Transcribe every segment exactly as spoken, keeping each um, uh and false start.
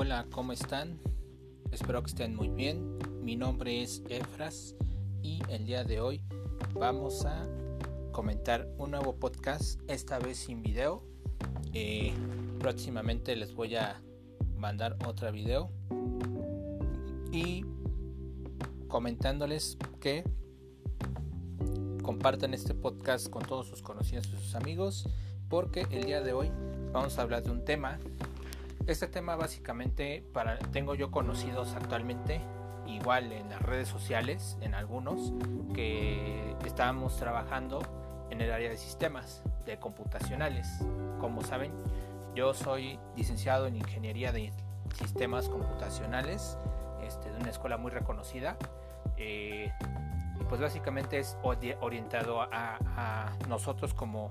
Hola, ¿cómo están? Espero que estén muy bien. Mi nombre es Efras y el día de hoy vamos a comentar un nuevo podcast, esta vez sin video. Eh, próximamente les voy a mandar otro video y comentándoles que compartan este podcast con todos sus conocidos y sus amigos, porque el día de hoy vamos a hablar de un tema. Este tema básicamente para, tengo yo conocidos actualmente, igual en las redes sociales, en algunos, que estamos trabajando en el área de sistemas, de computacionales. Como saben, yo soy licenciado en Ingeniería de Sistemas Computacionales, este, de una escuela muy reconocida. Eh, pues básicamente es orientado a, a nosotros como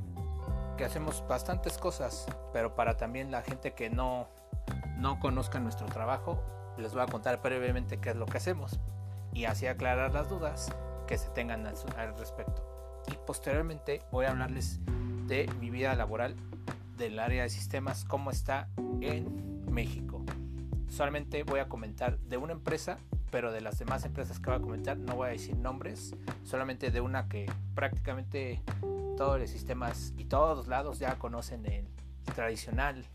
que hacemos bastantes cosas, pero para también la gente que no, no conozca nuestro trabajo, les voy a contar brevemente qué es lo que hacemos y así aclarar las dudas que se tengan al, al respecto. Y posteriormente voy a hablarles de mi vida laboral del área de sistemas, cómo está en México. Solamente voy a comentar de una empresa, pero de las demás empresas que voy a comentar no voy a decir nombres, solamente de una que prácticamente todos los sistemas y todos lados ya conocen el tradicional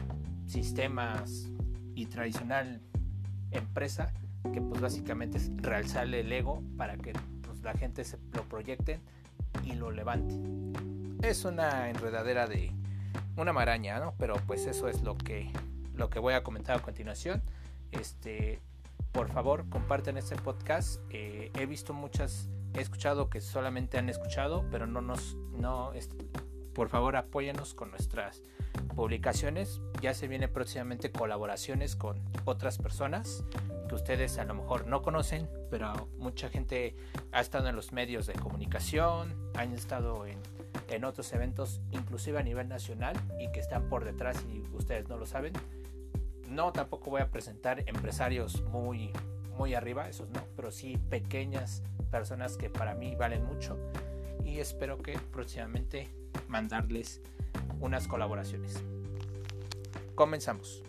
sistemas y tradicional empresa, que pues básicamente es realzarle el ego para que pues, la gente se lo proyecte y lo levante. Es una enredadera de una maraña, ¿no? Pero pues eso es lo que, lo que voy a comentar a continuación. Este, por favor, compartan este podcast. Eh, he visto muchas, he escuchado que solamente han escuchado, pero no nos, no, este, por favor apóyenos con nuestras publicaciones. Ya se vienen próximamente colaboraciones con otras personas que ustedes a lo mejor no conocen, pero mucha gente ha estado en los medios de comunicación, han estado en, en otros eventos, inclusive a nivel nacional, y que están por detrás y ustedes no lo saben. No, tampoco voy a presentar empresarios muy, muy arriba, esos no, pero sí pequeñas personas que para mí valen mucho, y espero que próximamente mandarles unas colaboraciones. Comenzamos.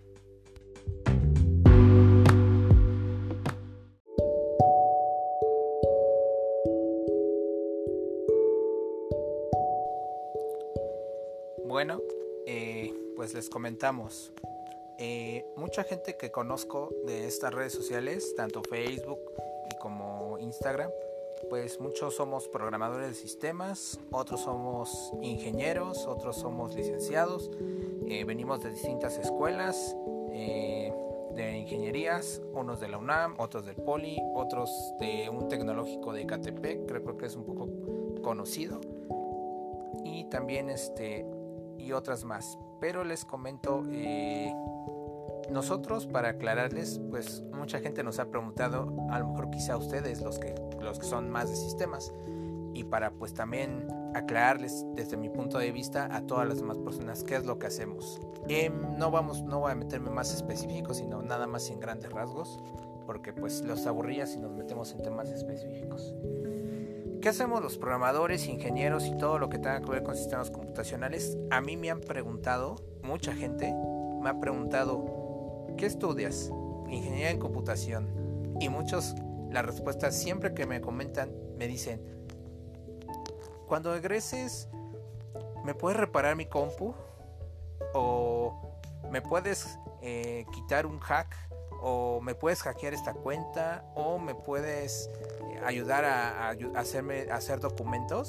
Bueno, eh, pues les comentamos. Eh, mucha gente que conozco de estas redes sociales, tanto Facebook y como Instagram, pues muchos somos programadores de sistemas, otros somos ingenieros, otros somos licenciados, eh, venimos de distintas escuelas eh, de ingenierías, unos de la UNAM, otros del Poli, otros de un tecnológico de Ecatepec, creo que es un poco conocido, y también este y otras más. Pero les comento, eh, nosotros, para aclararles, pues mucha gente nos ha preguntado, a lo mejor quizá ustedes, los que, los que son más de sistemas, y para pues también aclararles desde mi punto de vista a todas las demás personas qué es lo que hacemos. Eh, no vamos, no voy a meterme más específico, sino nada más en grandes rasgos, porque pues los aburría si nos metemos en temas específicos. ¿Qué hacemos los programadores, ingenieros y todo lo que tenga que ver con sistemas computacionales? A mí me han preguntado, mucha gente me ha preguntado, ¿qué estudias? Ingeniería en computación. Y muchos, la respuesta siempre que me comentan, me dicen, cuando egreses, ¿me puedes reparar mi compu? ¿O me puedes eh, quitar un hack? ¿O me puedes hackear esta cuenta? ¿O me puedes ayudar a, a hacerme a hacer documentos?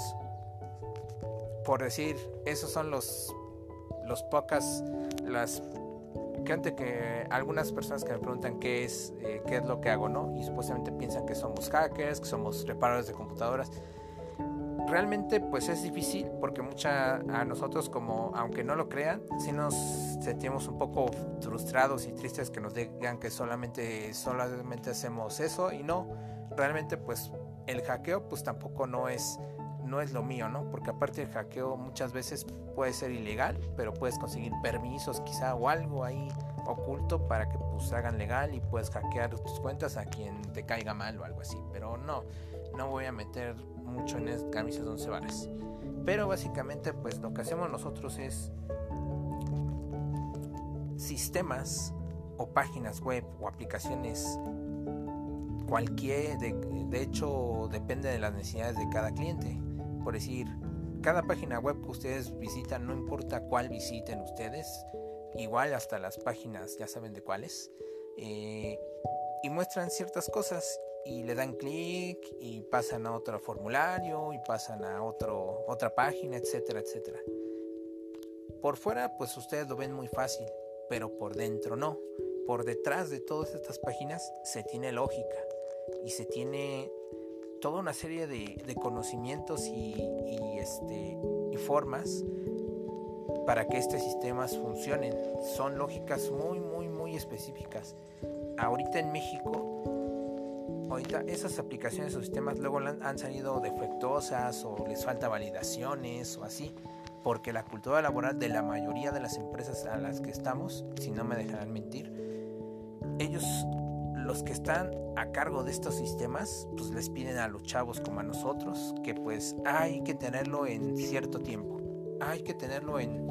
Por decir, esos son los los pocas las gente que algunas personas que me preguntan qué es eh, qué es lo que hago, ¿no? Y supuestamente piensan que somos hackers, que somos reparadores de computadoras. Realmente pues es difícil, porque mucha a nosotros, como aunque no lo crean, sí nos sentimos un poco frustrados y tristes que nos digan que solamente solamente hacemos eso, y no, realmente pues el hackeo pues tampoco no es no es lo mío, ¿no? Porque aparte el hackeo muchas veces puede ser ilegal, pero puedes conseguir permisos quizá o algo ahí oculto para que pues hagan legal y puedes hackear tus cuentas a quien te caiga mal o algo así. Pero no, no voy a meter mucho en esas camisas de once varas. Pero básicamente pues lo que hacemos nosotros es sistemas o páginas web o aplicaciones cualquier, de, de hecho depende de las necesidades de cada cliente. Por decir, cada página web que ustedes visitan, no importa cuál visiten ustedes, igual hasta las páginas ya saben de cuáles, eh, y muestran ciertas cosas y le dan clic y pasan a otro formulario y pasan a otro, otra página, etcétera, etcétera. Por fuera pues ustedes lo ven muy fácil, pero por dentro no. Por detrás de todas estas páginas se tiene lógica y se tiene toda una serie de, de conocimientos y, y, este, y formas para que estos sistemas funcionen. Son lógicas muy, muy, muy específicas. Ahorita en México, ahorita esas aplicaciones o sistemas luego han salido defectuosas o les falta validaciones o así, porque la cultura laboral de la mayoría de las empresas a las que estamos, si no me dejarán mentir, ellos, los que están a cargo de estos sistemas, pues les piden a los chavos como a nosotros que pues hay que tenerlo en cierto tiempo, hay que tenerlo en,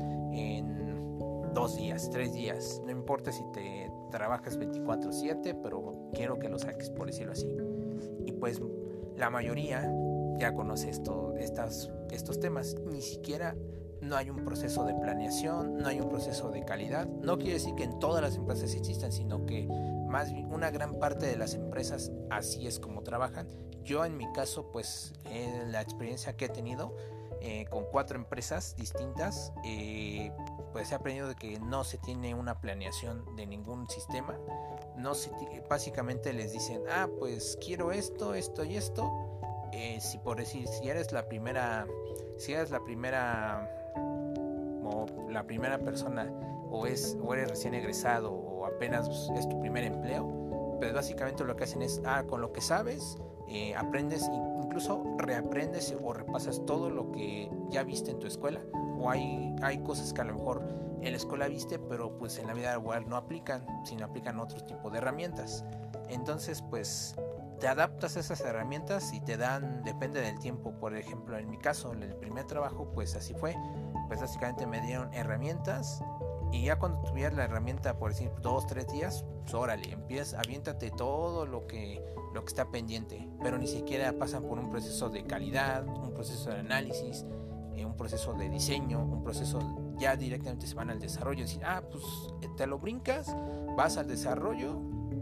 en dos días, tres días, no importa si te trabajas veinticuatro siete, pero quiero que lo saques, por decirlo así. Y pues la mayoría ya conoce esto, estas, estos temas. Ni siquiera no hay un proceso de planeación, no hay un proceso de calidad. No quiere decir que en todas las empresas existan, sino que más bien una gran parte de las empresas así es como trabajan. Yo en mi caso, pues eh, la experiencia que he tenido eh, con cuatro empresas distintas, eh, pues he aprendido de que no se tiene una planeación de ningún sistema. No se t- básicamente les dicen, ah, pues quiero esto, esto y esto. Eh, si por decir, si eres la primera, si eres la primera o la primera persona o es o eres recién egresado o apenas es tu primer empleo, pues básicamente lo que hacen es, ah, con lo que sabes, eh, aprendes, incluso reaprendes o repasas todo lo que ya viste en tu escuela, o hay, hay cosas que a lo mejor en la escuela viste, pero pues en la vida laboral no aplican, sino aplican otro tipo de herramientas. Entonces pues te adaptas a esas herramientas y te dan, depende del tiempo. Por ejemplo, en mi caso, en el primer trabajo, pues así fue. Pues básicamente me dieron herramientas y ya cuando tuvieras la herramienta, por decir, dos, tres días, pues órale, empiezas, aviéntate todo lo que, lo que está pendiente. Pero ni siquiera pasan por un proceso de calidad, un proceso de análisis, eh, un proceso de diseño, un proceso, ya directamente se van al desarrollo. Decir, ah, pues te lo brincas, vas al desarrollo,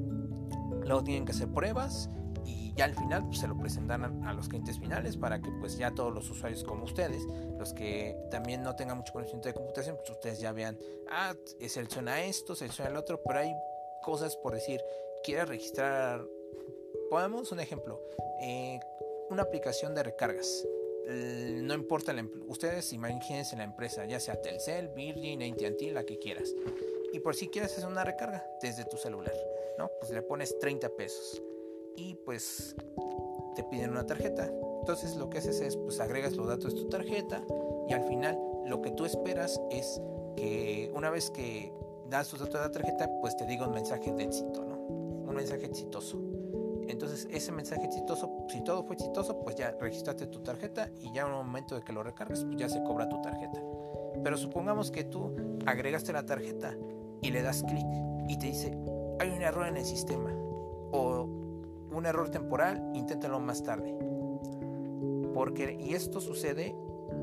luego tienen que hacer pruebas y ya al final pues, se lo presentan a, a los clientes finales para que pues ya todos los usuarios como ustedes, los que también no tengan mucho conocimiento de computación, pues ustedes ya vean, ah, selecciona esto, selecciona el otro, pero hay cosas, por decir, quieres registrar, pongamos un ejemplo, eh, una aplicación de recargas. No importa, la, ustedes imagínense en la empresa, ya sea Telcel, Virgin, A T and T, la que quieras, y por si quieres hacer una recarga desde tu celular, ¿no? Pues le pones treinta pesos y pues te piden una tarjeta. Entonces lo que haces es, pues agregas los datos de tu tarjeta y al final lo que tú esperas es que una vez que das tus datos de la tarjeta, pues te diga un mensaje de éxito, ¿no? Un mensaje exitoso. Entonces ese mensaje exitoso, si todo fue exitoso, pues ya registraste tu tarjeta y ya en el momento de que lo recargues, pues ya se cobra tu tarjeta. Pero supongamos que tú agregaste la tarjeta y le das clic y te dice, hay un error en el sistema o un error temporal, inténtalo más tarde. Porque, y esto sucede,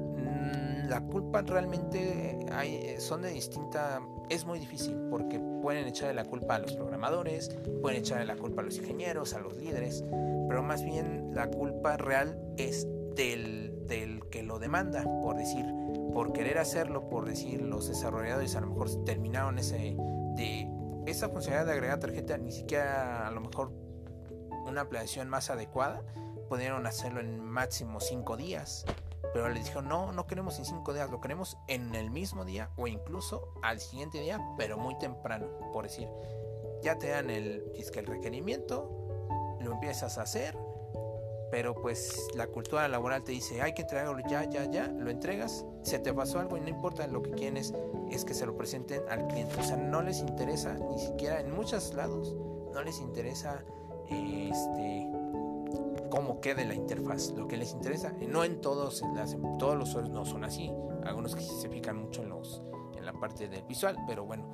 mmm, la culpa realmente hay, son de distinta, es muy difícil porque pueden echarle la culpa a los programadores, pueden echarle la culpa a los ingenieros, a los líderes, pero más bien la culpa real es del, del que lo demanda, por decir, por querer hacerlo, por decir, los desarrolladores a lo mejor terminaron ese de esa funcionalidad de agregar tarjeta, ni siquiera a lo mejor una planeación más adecuada, pudieron hacerlo en máximo cinco días, pero les dijeron, no, no queremos en cinco días, lo queremos en el mismo día o incluso al siguiente día, pero muy temprano, por decir, ya te dan el, es que el requerimiento, lo empiezas a hacer, pero pues la cultura laboral te dice, hay que entregarlo ya, ya, ya, lo entregas, se te pasó algo y no importa, lo que quieren es, es que se lo presenten al cliente, o sea, no les interesa, ni siquiera en muchos lados, no les interesa eh, este cómo quede la interfaz, lo que les interesa, no en todos, en las, todos los usuarios no son así, algunos que se fijan mucho en los en la parte del visual, pero bueno,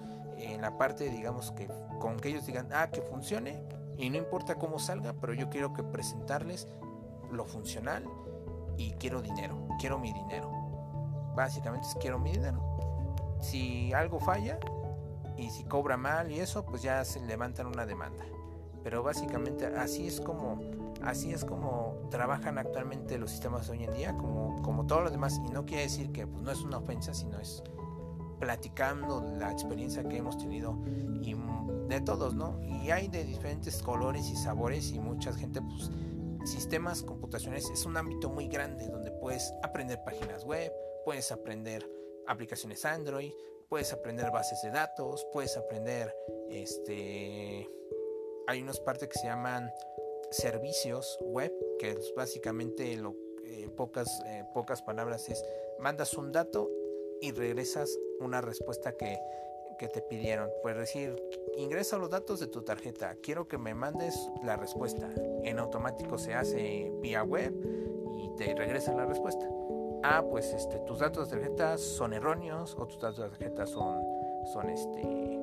en la parte, digamos, que con que ellos digan, ah, que funcione, y no importa cómo salga, pero yo quiero que presentarles lo funcional y quiero dinero, quiero mi dinero. Básicamente es quiero mi dinero. Si algo falla y si cobra mal y eso, pues ya se levantan una demanda. Pero básicamente así es como así es como trabajan actualmente los sistemas hoy en día, como, como todos los demás. Y no quiere decir que pues, no es una ofensa, sino es platicando la experiencia que hemos tenido y de todos, ¿no? Y hay de diferentes colores y sabores y mucha gente, pues sistemas computacionales es un ámbito muy grande donde puedes aprender páginas web, puedes aprender aplicaciones Android, puedes aprender bases de datos, puedes aprender este hay unas partes que se llaman servicios web, que es básicamente lo eh, pocas eh, pocas palabras es mandas un dato y regresas una respuesta que, que te pidieron. Puedes decir, ingresa los datos de tu tarjeta, quiero que me mandes la respuesta. En automático se hace vía web y te regresa la respuesta. Ah, pues este, tus datos de tarjeta son erróneos o tus datos de tarjeta son, son este,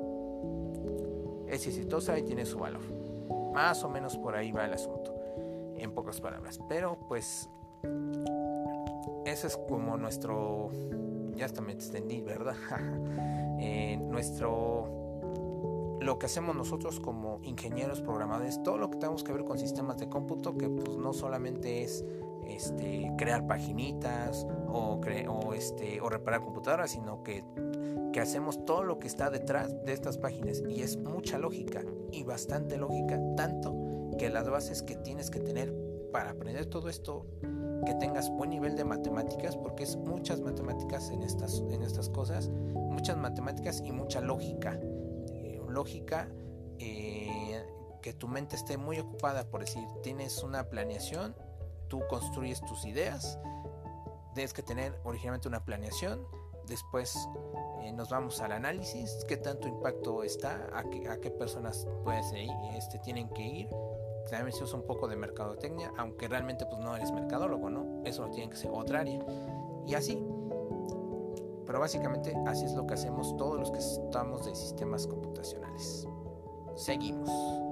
es exitosa y tiene su valor. Más o menos por ahí va el asunto, en pocas palabras. Pero pues, ese es como nuestro... Ya hasta me extendí, ¿verdad? eh, nuestro lo que hacemos nosotros como ingenieros programadores, todo lo que tenemos que ver con sistemas de cómputo, que pues no solamente es este crear paginitas o, cre- o este o reparar computadoras, sino que que hacemos todo lo que está detrás de estas páginas, y es mucha lógica y bastante lógica, tanto que las bases que tienes que tener para aprender todo esto, que tengas buen nivel de matemáticas, porque es muchas matemáticas en estas, en estas cosas, muchas matemáticas y mucha lógica, eh, lógica eh, que tu mente esté muy ocupada, por decir, tienes una planeación, tú construyes tus ideas, tienes que tener originalmente una planeación, después eh, nos vamos al análisis, qué tanto impacto está, a qué, a qué personas pues, este, tienen que ir. También se usa un poco de mercadotecnia, aunque realmente pues no eres mercadólogo, ¿no? Eso lo tiene que ser otra área. Y así. Pero básicamente así es lo que hacemos todos los que estamos de sistemas computacionales. Seguimos.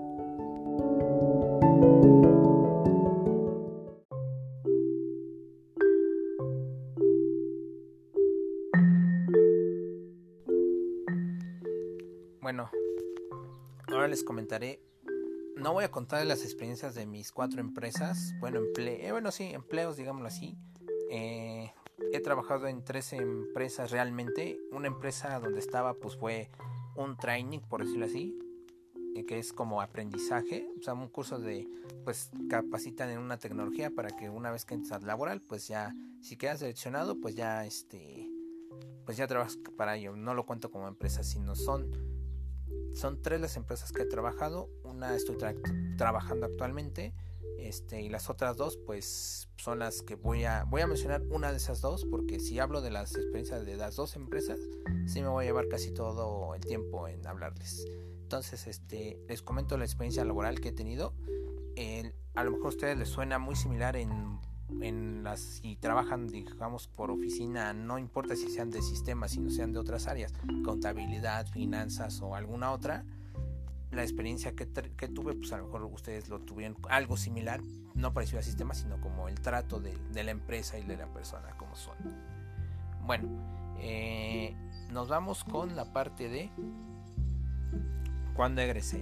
Bueno, ahora les comentaré. No voy a contar las experiencias de mis cuatro empresas. Bueno, emple eh, bueno sí, empleos, digámoslo así. Eh, he trabajado en tres empresas realmente. Una empresa donde estaba pues fue un training, por decirlo así, eh, que es como aprendizaje, o sea, un curso de, pues capacitan en una tecnología para que una vez que entres al laboral, pues ya, si quedas seleccionado, pues ya este, pues ya trabajas para ello. No lo cuento como empresa, sino son Son tres las empresas que he trabajado. Una estoy tra- trabajando actualmente, este, y las otras dos pues son las que voy a voy a mencionar una de esas dos, porque si hablo de las experiencias de las dos empresas sí me voy a llevar casi todo el tiempo en hablarles. Entonces este les comento la experiencia laboral que he tenido. El, a lo mejor a ustedes les suena muy similar en en las si trabajan digamos por oficina, no importa si sean de sistemas, sino sean de otras áreas, contabilidad, finanzas o alguna otra. La experiencia que, que tuve, pues a lo mejor ustedes lo tuvieron algo similar, no parecido a sistemas, sino como el trato de, de la empresa y de la persona como son. Bueno, eh, nos vamos con la parte de cuando egresé.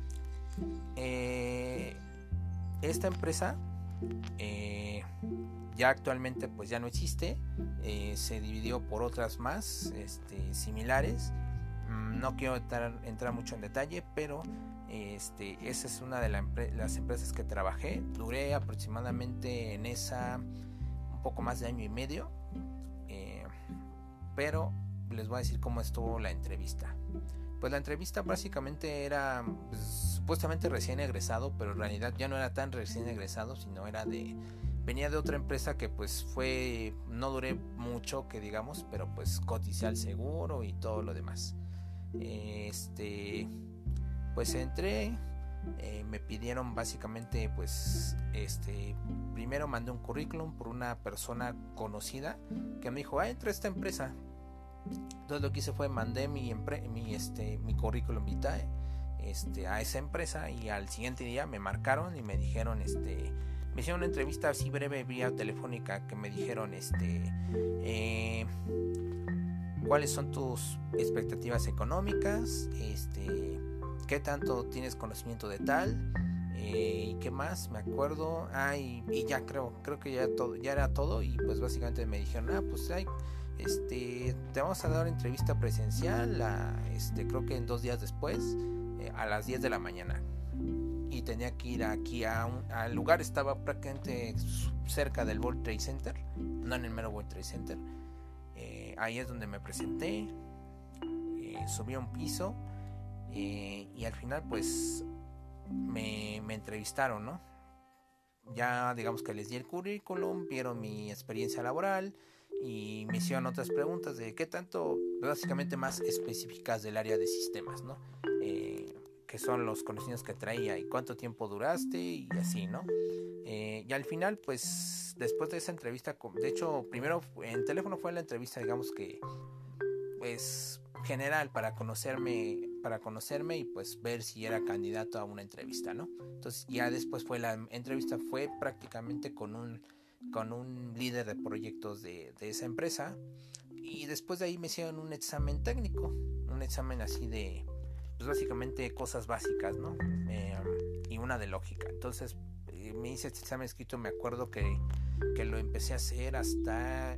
eh, esta empresa eh, ya actualmente pues ya no existe, eh, se dividió por otras más este, similares. No quiero entrar, entrar mucho en detalle, pero este, esa es una de la empre- las empresas que trabajé. Duré aproximadamente en esa un poco más de año y medio, eh, pero les voy a decir cómo estuvo la entrevista. Pues la entrevista básicamente era pues, supuestamente recién egresado, pero en realidad ya no era tan recién egresado, sino era de venía de otra empresa que pues fue no duré mucho que digamos, pero pues coticé al seguro y todo lo demás. Este pues entré, eh, me pidieron básicamente pues este primero mandé un currículum por una persona conocida que me dijo, ah, entra a esta empresa. Entonces lo que hice fue mandé mi, empre- mi, este, mi currículum vitae este, a esa empresa, y al siguiente día me marcaron y me dijeron, este, me hicieron una entrevista así breve vía telefónica, que me dijeron, este, eh, ¿cuáles son tus expectativas económicas? Este, ¿qué tanto tienes conocimiento de tal? Eh, ¿Y qué más? Me acuerdo. Ah, y, y ya creo, creo que ya todo, ya era todo. Y pues básicamente me dijeron, ah, pues ay, este, te vamos a dar una entrevista presencial, a, este, creo que en dos días después, eh, a las diez de la mañana. Y tenía que ir aquí a un, al lugar, estaba prácticamente cerca del World Trade Center, no en el mero World Trade Center. Eh, ahí es donde me presenté, eh, subí a un piso, eh, y al final pues me, me entrevistaron, ¿no? Ya digamos que les di el currículum, vieron mi experiencia laboral y me hicieron otras preguntas de qué tanto, básicamente más específicas del área de sistemas, ¿no? Eh, que son los conocimientos que traía y cuánto tiempo duraste y así, ¿no? Eh, y al final, pues, después de esa entrevista, de hecho, primero en teléfono fue la entrevista, digamos que, pues, general para conocerme, para conocerme y pues ver si era candidato a una entrevista, ¿no? Entonces ya después fue la entrevista, fue prácticamente con un, con un líder de proyectos de, de esa empresa, y después de ahí me hicieron un examen técnico, un examen así de, pues básicamente cosas básicas, ¿no? Eh, y una de lógica. Entonces eh, me hice este examen escrito, me acuerdo que, que lo empecé a hacer hasta...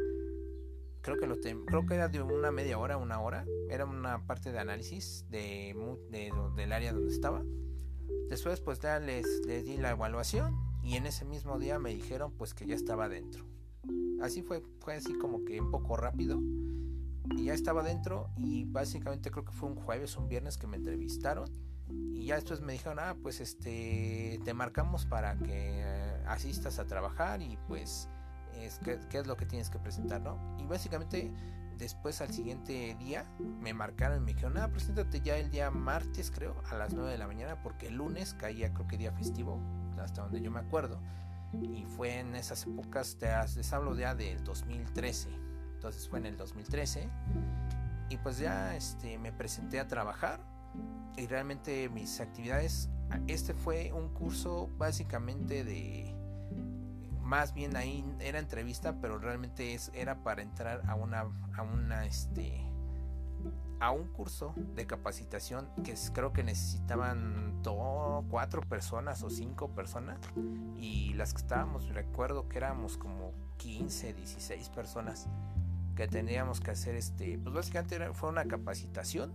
Creo que, lo te, creo que era de una media hora, una hora. Era una parte de análisis de, de, de, del área donde estaba. Después pues ya les, les di la evaluación, y en ese mismo día me dijeron pues que ya estaba dentro. Así fue, fue así como que un poco rápido. Y ya estaba dentro, y básicamente creo que fue un jueves o un viernes que me entrevistaron. Y ya después me dijeron, ah, pues este, te marcamos para que asistas a trabajar y pues... Es, ¿qué, qué es lo que tienes que presentar, ¿no? Y básicamente después al siguiente día me marcaron y me dijeron, ah, preséntate ya el día martes, creo, a las nueve de la mañana, porque el lunes caía, creo que día festivo, hasta donde yo me acuerdo, y fue en esas épocas, te, les hablo ya del dos mil trece, entonces fue en el dos mil trece, y pues ya este, me presenté a trabajar, y realmente mis actividades, este fue un curso básicamente de... Más bien ahí era entrevista, pero realmente es, era para entrar a una, a una, este, a un curso de capacitación que es, creo que necesitaban todo, cuatro personas o cinco personas, y las que estábamos, recuerdo que éramos como quince, dieciséis personas que teníamos que hacer, este, pues básicamente era, fue una capacitación,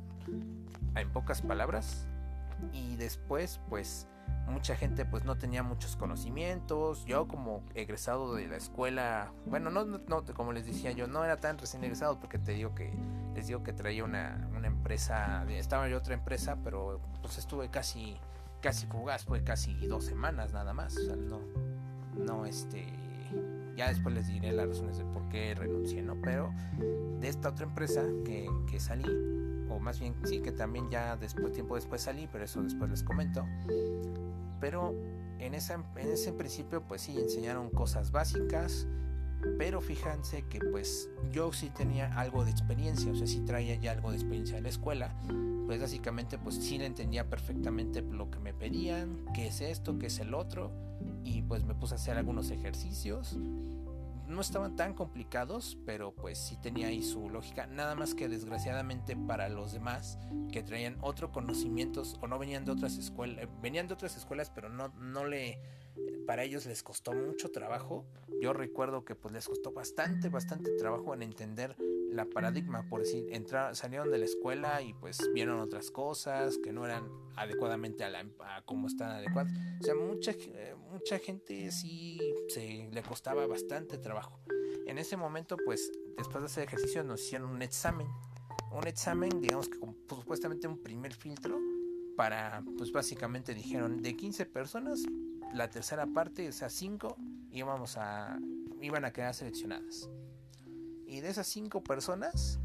en pocas palabras, y después, pues, mucha gente pues no tenía muchos conocimientos. Yo como egresado de la escuela, bueno, no, no, no como les decía, yo no era tan recién egresado, porque te digo que les digo que traía una, una empresa, estaba yo otra empresa, pero pues estuve casi casi fugaz, fue casi dos semanas nada más, o sea, no no este ya después les diré las razones de por qué renuncié, ¿no? Pero de esta otra empresa que, que salí, o más bien sí que también ya después, tiempo después salí, pero eso después les comento. Pero en, esa, en ese principio pues sí enseñaron cosas básicas, pero fíjense que pues yo sí tenía algo de experiencia, o sea, sí traía ya algo de experiencia en la escuela, pues básicamente pues sí le entendía perfectamente lo que me pedían, qué es esto, qué es el otro, y pues me puse a hacer algunos ejercicios. No estaban tan complicados, pero pues sí tenía ahí su lógica, nada más que desgraciadamente para los demás que traían otros conocimientos o no venían de otras escuelas, venían de otras escuelas, pero no, no le, para ellos les costó mucho trabajo. Yo recuerdo que pues les costó bastante, bastante trabajo en entender la paradigma, por decir, entraron, salieron de la escuela y pues vieron otras cosas que no eran adecuadamente a, la, a cómo están adecuadas. O sea, mucha, mucha gente sí se le costaba bastante trabajo. En ese momento, pues, después de hacer ejercicio nos hicieron un examen. Un examen, digamos que con, pues, supuestamente un primer filtro para, pues básicamente dijeron, de quince personas, la tercera parte, o sea, cinco, íbamos a, iban a quedar seleccionadas. Y de esas cinco personas,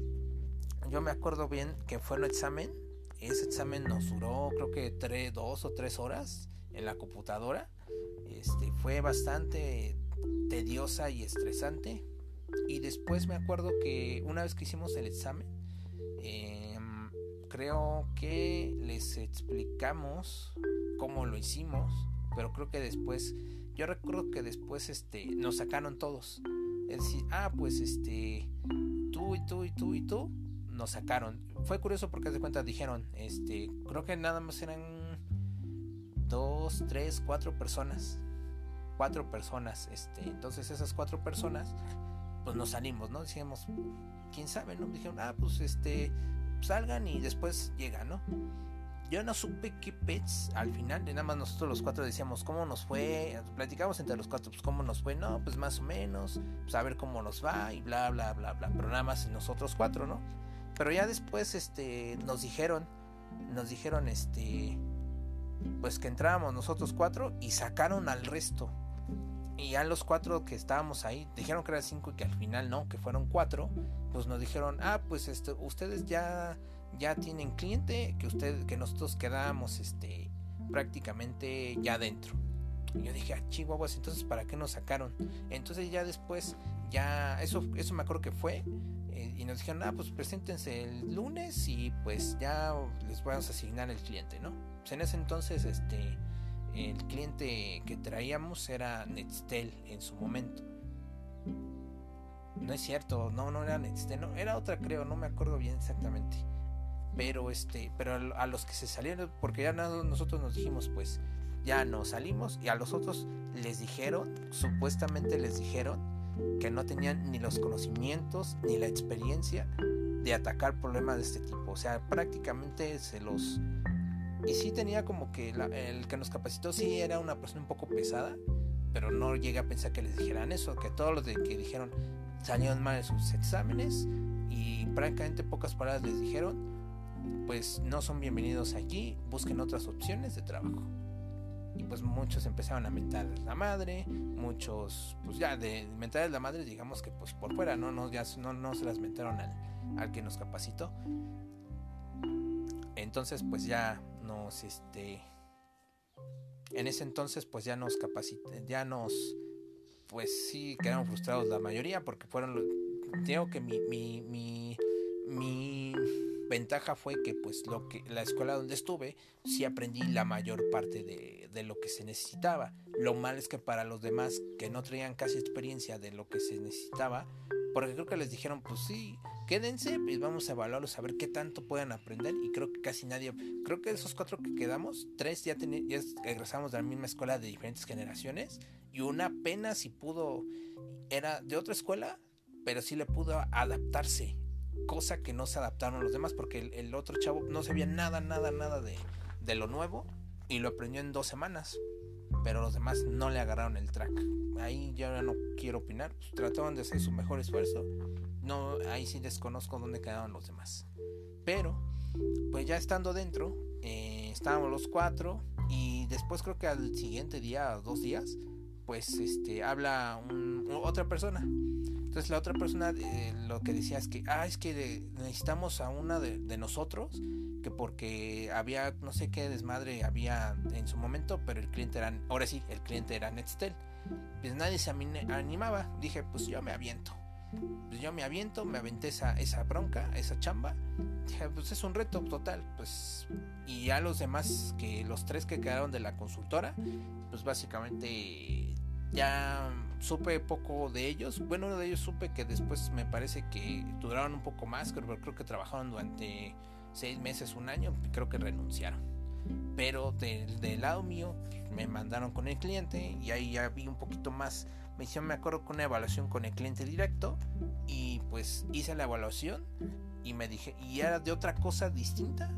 yo me acuerdo bien que fue un examen. Ese examen nos duró creo que tres, dos o tres horas en la computadora. Este, fue bastante tediosa y estresante, Y después me acuerdo que una vez que hicimos el examen, eh, creo que les explicamos cómo lo hicimos, pero creo que después, yo recuerdo que después este, nos sacaron todos. Es decir, ah, pues este, tú y tú y tú y tú, nos sacaron. Fue curioso porque de cuenta dijeron, este, creo que nada más eran dos, tres, cuatro personas. Cuatro personas, este, entonces esas cuatro personas, pues nos salimos, ¿no? Decíamos, quién sabe, ¿no? Dijeron, ah, pues este, salgan y después llegan, ¿no? Yo no supe qué pets al final, nada más nosotros los cuatro decíamos cómo nos fue, platicamos entre los cuatro, pues cómo nos fue, no, pues más o menos, pues a ver cómo nos va y bla, bla, bla, bla, pero nada más nosotros cuatro, ¿no? Pero ya después, este, nos dijeron, nos dijeron, este, pues que entrábamos nosotros cuatro y sacaron al resto. Y ya los cuatro que estábamos ahí, dijeron que eran cinco y que al final no, que fueron cuatro, pues nos dijeron, ah, pues este, ustedes ya, ya tienen cliente, que usted, que nosotros quedamos este, prácticamente ya dentro. Y yo dije, ah, chihuahuas, entonces ¿para qué nos sacaron? Entonces ya después, ya, eso, eso me acuerdo que fue, eh, y nos dijeron, ah, pues preséntense el lunes y pues ya les vamos a asignar el cliente, ¿no? Pues en ese entonces, este... el cliente que traíamos era Nextel en su momento. No es cierto, no, no era Nextel, no, era otra creo, no me acuerdo bien exactamente. Pero este, pero a los que se salieron, porque ya nosotros nos dijimos, pues ya nos salimos, y a los otros les dijeron, supuestamente les dijeron que no tenían ni los conocimientos ni la experiencia de atacar problemas de este tipo. O sea, prácticamente se los... Y sí tenía como que la, el que nos capacitó sí era una persona un poco pesada, pero no llegué a pensar que les dijeran eso, que todos los de que dijeron salieron mal en sus exámenes y prácticamente pocas palabras les dijeron, pues no son bienvenidos aquí, busquen otras opciones de trabajo. Y pues muchos empezaron a mentar la madre, muchos, pues ya de mentar la madre digamos que pues por fuera, no, no, ya no, no se las mentaron al, al que nos capacitó. Entonces pues ya nos este en ese entonces pues ya nos capacité, ya nos pues sí quedaron frustrados la mayoría porque fueron los, digo que mi mi mi mi ventaja fue que pues lo que la escuela donde estuve sí aprendí la mayor parte de, de lo que se necesitaba. Lo malo es que para los demás que no traían casi experiencia de lo que se necesitaba, porque creo que les dijeron pues sí, quédense y vamos a evaluarlos a ver qué tanto pueden aprender, y creo que casi nadie, creo que de esos cuatro que quedamos, tres ya, ten, ya egresamos de la misma escuela de diferentes generaciones, y una apenas si pudo, era de otra escuela, pero sí le pudo adaptarse, cosa que no se adaptaron los demás, porque el, el otro chavo no sabía nada, nada, nada de, de lo nuevo, y lo aprendió en dos semanas, pero los demás no le agarraron el track. Ahí ya no quiero opinar, pues trataban de hacer su mejor esfuerzo. No, ahí sí desconozco dónde quedaron los demás. Pero, pues ya estando dentro, eh, estábamos los cuatro. Y después creo que al siguiente día o dos días, pues este habla un, otra persona. Entonces la otra persona eh, lo que decía es que, ah, es que de, necesitamos a una de, de nosotros, que porque había no sé qué desmadre había en su momento, pero el cliente era, ahora sí, el cliente era Nextel. Pues nadie se animaba. Dije, pues yo me aviento. Pues yo me aviento, me aventé esa, esa bronca, esa chamba. Dije, pues es un reto total, pues. Y ya los demás, que los tres que quedaron de la consultora, pues básicamente ya supe poco de ellos. Bueno, uno de ellos supe que después me parece que duraron un poco más, creo, creo que trabajaron durante seis meses, un año, creo que renunciaron. Pero del de lado mío me mandaron con el cliente y ahí ya vi un poquito más. Me hicieron, me acuerdo, con una evaluación con el cliente directo, y pues hice la evaluación y me dije, y era de otra cosa distinta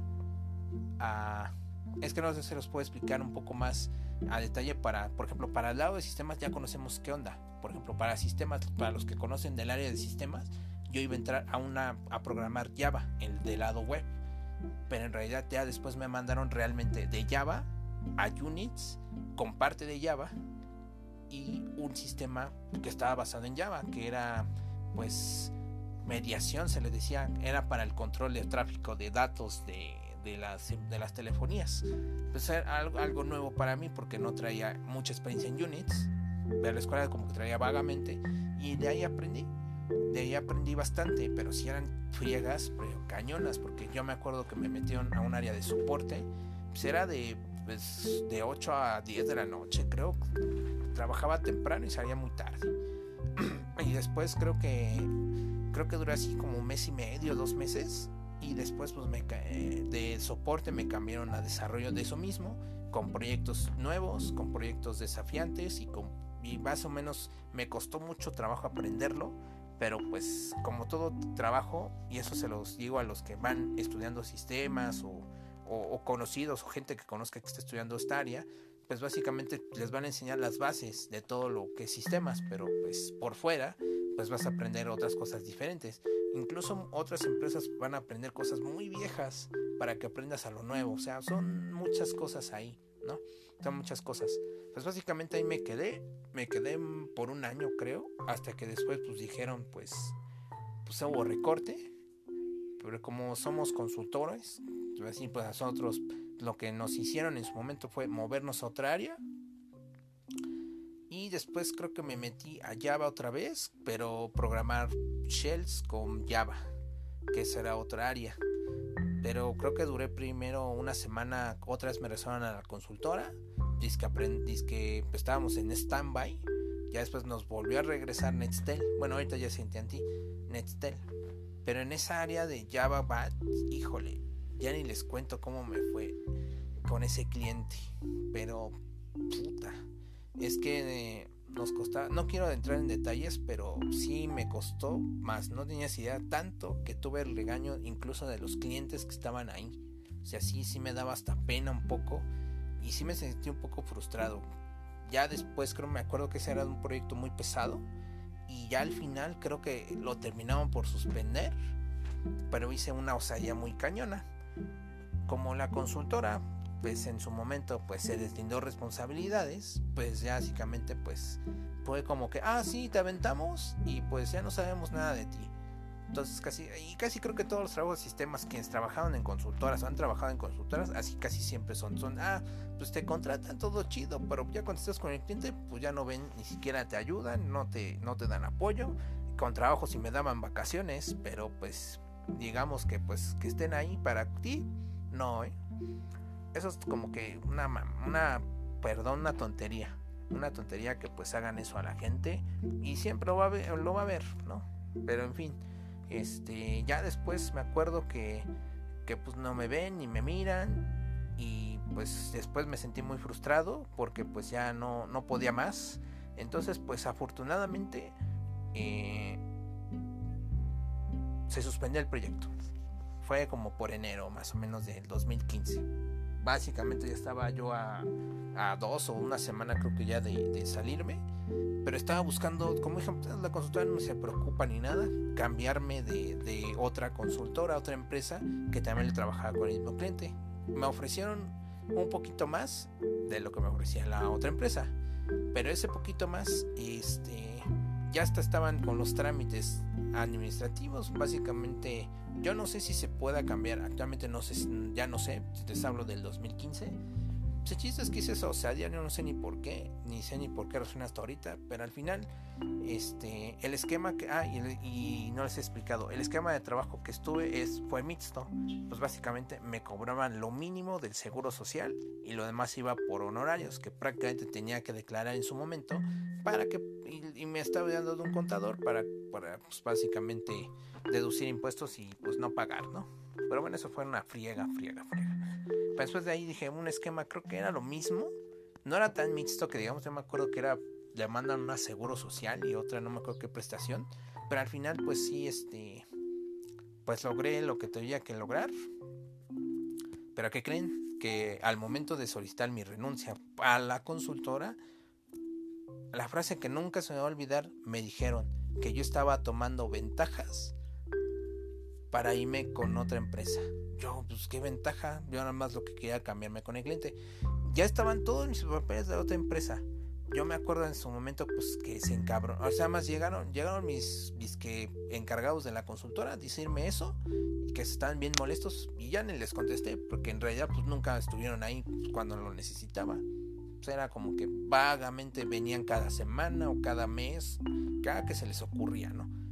a, es que no sé si se los puedo explicar un poco más a detalle. Para, por ejemplo, para el lado de sistemas ya conocemos qué onda. Por ejemplo, para sistemas, para los que conocen del área de sistemas, yo iba a entrar a una a programar Java, el del lado web, pero en realidad ya después me mandaron realmente de Java a Unix con parte de Java y un sistema que estaba basado en Java, que era pues mediación, se le decía, era para el control del tráfico de datos de, de, las, de las telefonías. Pues era algo, algo nuevo para mí porque no traía mucha experiencia en Unix, de la escuela como que traía vagamente, y de ahí aprendí. De ahí aprendí bastante, pero sí eran friegas, pero cañonas, porque yo me acuerdo que me metieron a un área de soporte, pues era de, pues, de ocho a diez de la noche, creo. Trabajaba temprano y salía muy tarde. Y después creo que creo que duró así como un mes y medio, dos meses. Y después pues me de soporte me cambiaron a desarrollo de eso mismo, con proyectos nuevos, con proyectos desafiantes y, con, y más o menos me costó mucho trabajo aprenderlo, pero pues como todo trabajo, y eso se los digo a los que van estudiando sistemas o, o, o conocidos o gente que conozca que está estudiando esta área, pues básicamente les van a enseñar las bases de todo lo que es sistemas, pero pues por fuera pues vas a aprender otras cosas diferentes. Incluso otras empresas van a aprender cosas muy viejas para que aprendas a lo nuevo. O sea, son muchas cosas ahí, ¿no? Son muchas cosas. Pues básicamente ahí me quedé. Me quedé por un año, creo. Hasta que después pues dijeron, pues, pues hubo recorte. Pero como somos consultores, así pues nosotros lo que nos hicieron en su momento fue movernos a otra área. Y después creo que me metí a Java otra vez, pero programar shells con Java, que esa era otra área. Pero creo que duré primero una semana, otra vez me regresaron a la consultora, dice que, aprend, dice que pues, estábamos en stand-by, ya después nos volvió a regresar Netstel, bueno ahorita ya es A T and T, Netstel. Pero en esa área de Java Bat, híjole, ya ni les cuento cómo me fue con ese cliente, pero puta. Es que eh, nos costaba, no quiero entrar en detalles, pero sí me costó más, no tenías idea, tanto que tuve el regaño incluso de los clientes que estaban ahí. O sea, sí, sí me daba hasta pena un poco y sí me sentí un poco frustrado. Ya después creo, me acuerdo que ese era un proyecto muy pesado y ya al final creo que lo terminaban por suspender, pero hice una osadía muy cañona. Como la consultora pues en su momento pues se deslindó responsabilidades, pues ya básicamente pues fue como que ah sí te aventamos y pues ya no sabemos nada de ti. Entonces casi y casi creo que todos los trabajos de sistemas quienes trabajaron en consultoras o han trabajado en consultoras así casi siempre son son ah pues te contratan todo chido, pero ya cuando estás con el cliente pues ya no ven, ni siquiera te ayudan, no te no te dan apoyo. Con trabajo sí me daban vacaciones, pero pues digamos que pues que estén ahí para ti no, ¿eh? Eso es como que una, una, perdón, una tontería. Una tontería que pues hagan eso a la gente. Y siempre lo va a ver, lo va a ver, ¿no? Pero en fin, este, ya después me acuerdo que, que pues no me ven ni me miran. Y pues después me sentí muy frustrado porque pues ya no, no podía más. Entonces pues afortunadamente eh, se suspendió el proyecto. Fue como por enero más o menos del dos mil quince. Básicamente ya estaba yo a, a dos o una semana creo que ya de, de salirme, pero estaba buscando, como dije, la consultora no se preocupa ni nada, cambiarme de, de otra consultora, otra empresa que también le trabajaba con el mismo cliente. Me ofrecieron un poquito más de lo que me ofrecía la otra empresa, pero ese poquito más este, ya hasta estaban con los trámites administrativos. Básicamente yo no sé si se pueda cambiar, actualmente no sé, ya no sé, si te hablo del dos mil quince. Pues el chiste es que hice eso, o sea, ya no sé ni por qué, ni sé ni por qué resuena hasta ahorita, pero al final, este, el esquema que, ah, y, y no les he explicado, el esquema de trabajo que estuve es, fue mixto, pues básicamente me cobraban lo mínimo del seguro social y lo demás iba por honorarios, que prácticamente tenía que declarar en su momento, para que, y, y me estaba dando de un contador para, para, pues básicamente deducir impuestos y pues no pagar, ¿no? Pero bueno, eso fue una friega, friega, friega. Pero después de ahí dije, un esquema creo que era lo mismo. No era tan mixto que digamos, yo me acuerdo que era, le mandan una seguro social y otra no me acuerdo qué prestación. Pero al final pues sí, este, pues logré lo que tenía que lograr. Pero ¿qué creen? Que al momento de solicitar mi renuncia a la consultora, la frase que nunca se me va a olvidar, me dijeron que yo estaba tomando ventajas para irme con otra empresa. Yo, pues qué ventaja, yo nada más lo que quería cambiarme con el cliente. Ya estaban todos mis papeles de otra empresa. Yo me acuerdo en su momento pues que se encabrón, o sea, más llegaron, llegaron mis, mis que encargados de la consultora a decirme eso, que estaban bien molestos y ya ni les contesté, porque en realidad pues nunca estuvieron ahí cuando lo necesitaba. Pues era como que vagamente venían cada semana o cada mes, cada que se les ocurría, ¿no?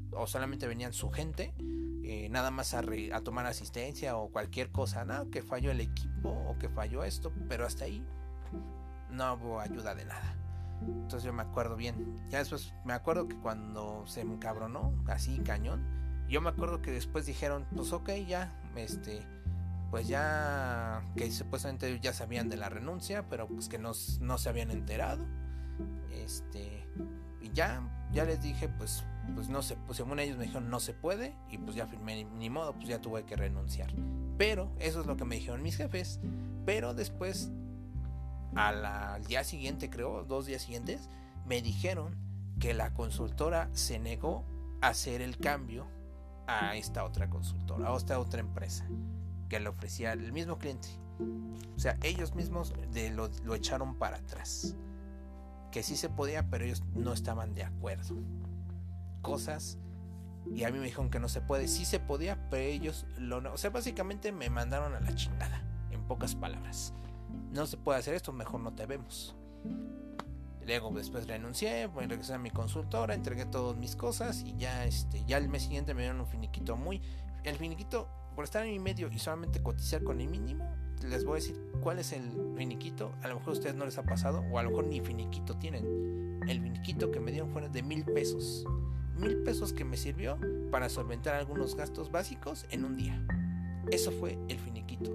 o solamente venían su gente, eh, nada más a, re, a tomar asistencia o cualquier cosa, no, que falló el equipo o que falló esto, pero hasta ahí no hubo ayuda de nada. Entonces yo me acuerdo bien. Ya después me acuerdo que cuando se me encabronó, así cañón, yo me acuerdo que después dijeron, pues ok, ya, este, pues ya, que supuestamente ya sabían de la renuncia, pero pues que no, no se habían enterado. Este, y ya, ya les dije, pues, pues no sé, pues según ellos me dijeron no se puede, y pues ya firmé, ni, ni modo, pues ya tuve que renunciar. Pero eso es lo que me dijeron mis jefes. Pero después, a la, al día siguiente, creo, dos días siguientes, me dijeron que la consultora se negó a hacer el cambio a esta otra consultora, a esta otra empresa que le ofrecía el mismo cliente. O sea, ellos mismos de lo, lo echaron para atrás. Que sí se podía, pero ellos no estaban de acuerdo. Cosas, y a mí me dijeron que no se puede. Sí se podía, pero ellos lo no. O sea, básicamente me mandaron a la chingada, en pocas palabras. No se puede hacer esto, mejor no te vemos. Luego después renuncié, pues regresé a mi consultora, entregué todas mis cosas y ya este, ya el mes siguiente me dieron un finiquito muy... El finiquito, por estar en mi medio y solamente cotizar con el mínimo, les voy a decir cuál es el finiquito. A lo mejor a ustedes no les ha pasado, o a lo mejor ni finiquito tienen. El finiquito que me dieron fue de mil pesos. Mil pesos que me sirvió para solventar algunos gastos básicos en un día. Eso fue el finiquito.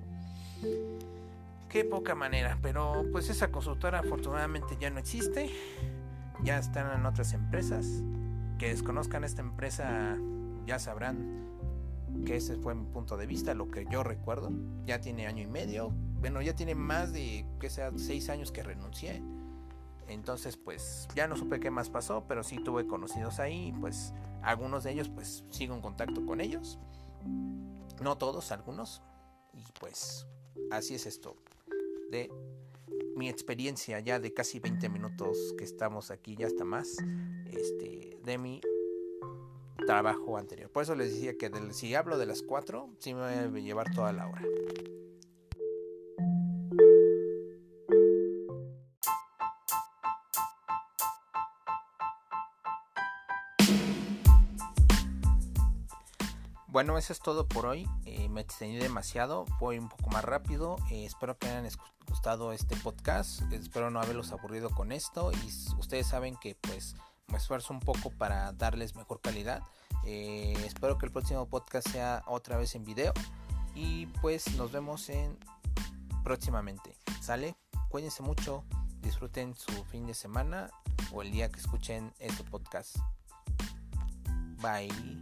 Qué poca manera, pero pues esa consultora afortunadamente ya no existe. Ya están en otras empresas. Que desconozcan esta empresa ya sabrán que ese fue mi punto de vista, lo que yo recuerdo. Ya tiene año y medio, bueno, ya tiene más de, que sea, seis años que renuncié. Entonces pues ya no supe qué más pasó, pero sí tuve conocidos ahí, pues algunos de ellos pues sigo en contacto con ellos. No todos, algunos. Y pues así es esto de mi experiencia ya de casi veinte minutos que estamos aquí, ya hasta más, este, de mi trabajo anterior. Por eso les decía que del, si hablo de las cuatro, sí me voy a llevar toda la hora. Bueno, eso es todo por hoy. Eh, me extendí demasiado, voy un poco más rápido. Eh, espero que hayan gustado este podcast. Espero no haberlos aburrido con esto. Y ustedes saben que pues me esfuerzo un poco para darles mejor calidad. Eh, espero que el próximo podcast sea otra vez en video. Y pues nos vemos en próximamente. ¿Sale? Cuídense mucho. Disfruten su fin de semana o el día que escuchen este podcast. Bye.